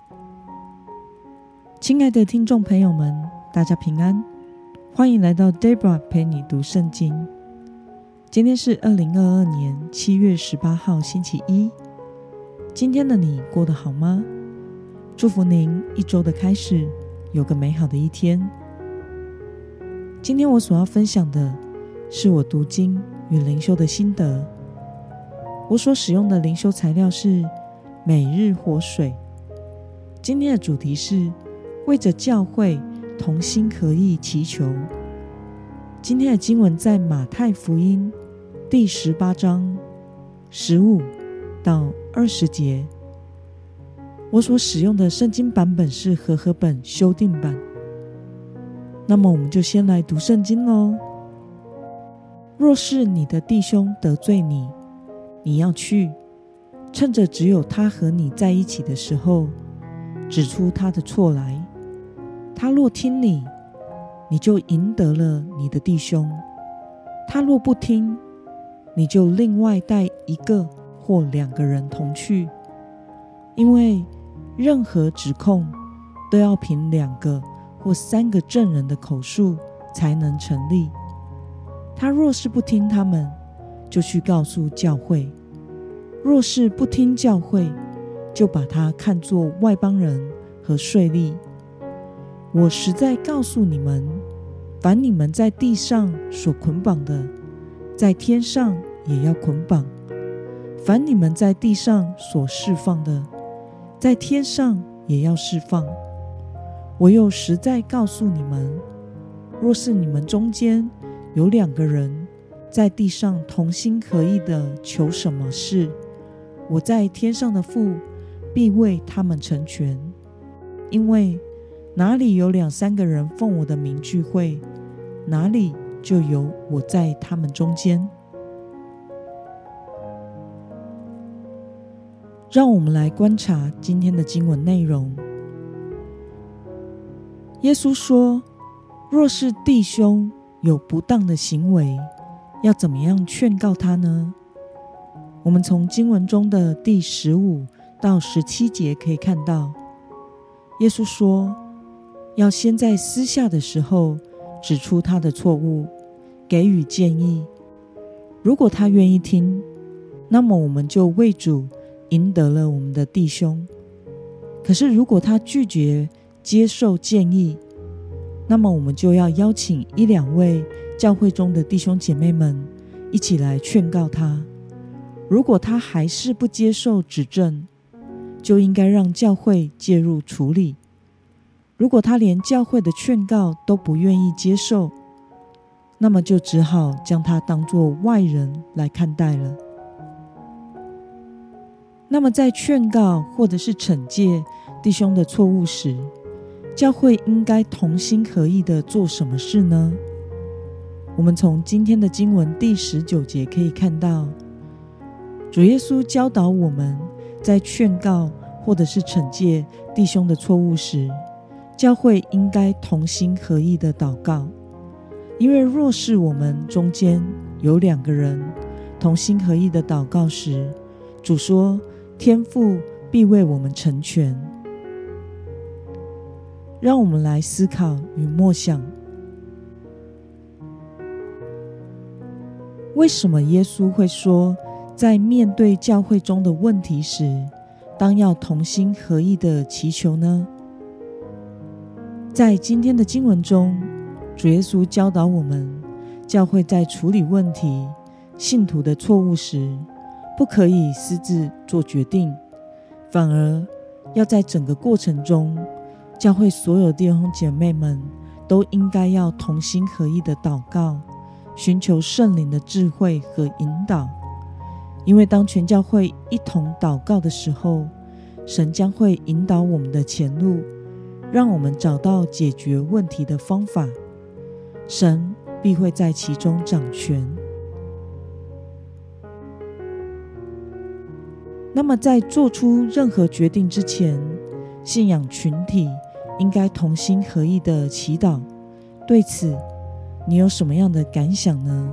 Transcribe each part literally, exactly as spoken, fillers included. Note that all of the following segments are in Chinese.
亲爱的听众朋友们，大家平安，欢迎来到 Deborah 陪你读圣经。今天是二零二二年七月十八号星期一。今天的你过得好吗？祝福您一周的开始有个美好的一天。今天我所要分享的是我读经与灵修的心得。我所使用的灵修材料是每日活水。今天的主题是为着教会同心合意祈求。今天的经文在马太福音第十八章十五到二十节。我所使用的圣经版本是和合本修订版。那么我们就先来读圣经咯。若是你的弟兄得罪你，你要去，趁着只有他和你在一起的时候，指出他的错来。他若听你，你就赢得了你的弟兄；他若不听，你就另外带一个或两个人同去。因为任何指控都要凭两个或三个证人的口述才能成立。他若是不听他们，就去告诉教会；若是不听教会，就把他看作外邦人和税吏。我实在告诉你们，凡你们在地上所捆绑的，在天上也要捆绑；凡你们在地上所释放的，在天上也要释放。我又实在告诉你们，若是你们中间有两个人在地上同心合意的求什么事，我在天上的父必为他们成全。因为哪里有两三个人奉我的名聚会，哪里就有我在他们中间。让我们来观察今天的经文内容。耶稣说，若是弟兄有不当的行为，要怎么样劝告他呢？我们从经文中的第十五到十七节可以看到，耶稣说，要先在私下的时候指出他的错误，给予建议。如果他愿意听，那么我们就为主赢得了我们的弟兄。可是如果他拒绝接受建议，那么我们就要邀请一两位教会中的弟兄姐妹们一起来劝告他。如果他还是不接受指正，就应该让教会介入处理。如果他连教会的劝告都不愿意接受，那么就只好将他当作外人来看待了。那么在劝告或者是惩戒弟兄的错误时，教会应该同心合意的做什么事呢？我们从今天的经文第十九节可以看到，主耶稣教导我们在劝告或者是惩戒弟兄的错误时，教会应该同心合意的祷告。因为若是我们中间有两个人同心合意的祷告时，主说天父必为我们成全。让我们来思考与默想，为什么耶稣会说在面对教会中的问题时，当要同心合意的祈求呢？在今天的经文中，主耶稣教导我们，教会在处理问题、信徒的错误时，不可以私自做决定，反而要在整个过程中，教会所有弟兄姐妹们都应该要同心合意的祷告，寻求圣灵的智慧和引导。因为当全教会一同祷告的时候，神将会引导我们的前路，让我们找到解决问题的方法，神必会在其中掌权。那么在做出任何决定之前，信仰群体应该同心合意的祈祷。对此，你有什么样的感想呢？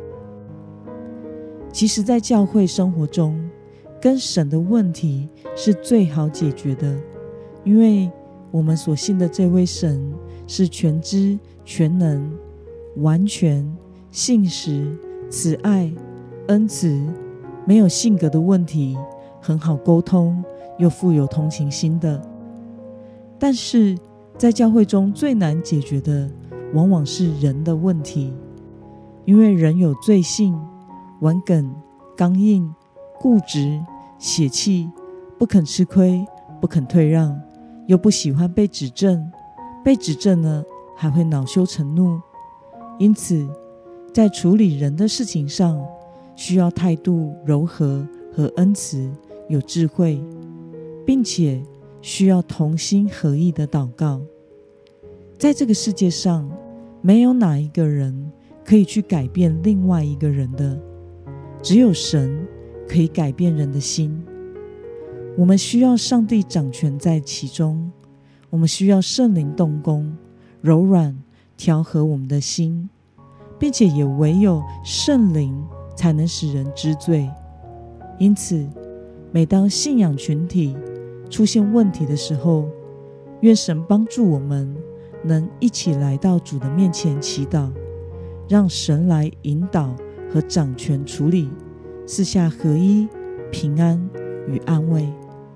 其实在教会生活中，跟神的问题是最好解决的， 因为我们所信的这位神是全知、全能、完全、信实、慈爱、恩慈，没有性格的问题，很好沟通，又富有同情心的。但是在教会中最难解决的往往是人的问题，因为人有罪性、顽梗、刚硬、固执、血气，不肯吃亏，不肯退让，又不喜欢被指正，被指正了还会恼羞成怒。因此在处理人的事情上，需要态度柔和和恩慈，有智慧，并且需要同心合意的祷告。在这个世界上，没有哪一个人可以去改变另外一个人的，只有神可以改变人的心。我们需要上帝掌权在其中，我们需要圣灵动工，柔软调和我们的心，并且也唯有圣灵才能使人知罪。因此，每当信仰群体出现问题的时候，愿神帮助我们能一起来到主的面前祈祷，让神来引导和掌权处理，四下合一、平安与安慰。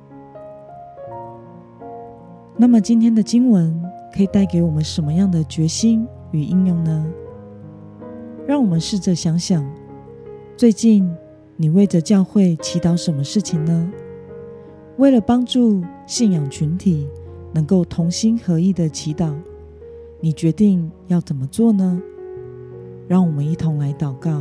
那么今天的经文可以带给我们什么样的决心与应用呢？让我们试着想想，最近你为着教会祈祷什么事情呢？为了帮助信仰群体能够同心合意的祈祷，你决定要怎么做呢？让我们一同来祷告。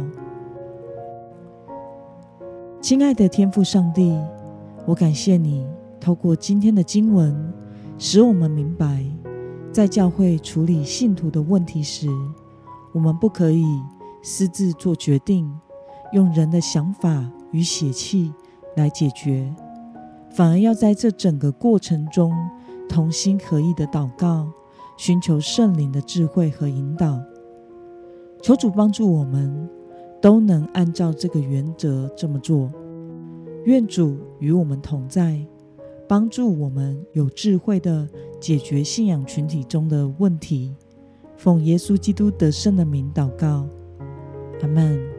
亲爱的天父上帝，我感谢你透过今天的经文，使我们明白，在教会处理信徒的问题时，我们不可以私自做决定，用人的想法与血气来解决，反而要在这整个过程中同心合意的祷告，寻求圣灵的智慧和引导。求主帮助我们都能按照这个原则这么做。愿主与我们同在，帮助我们有智慧地解决信仰群体中的问题。奉耶稣基督得胜的名祷告，阿们。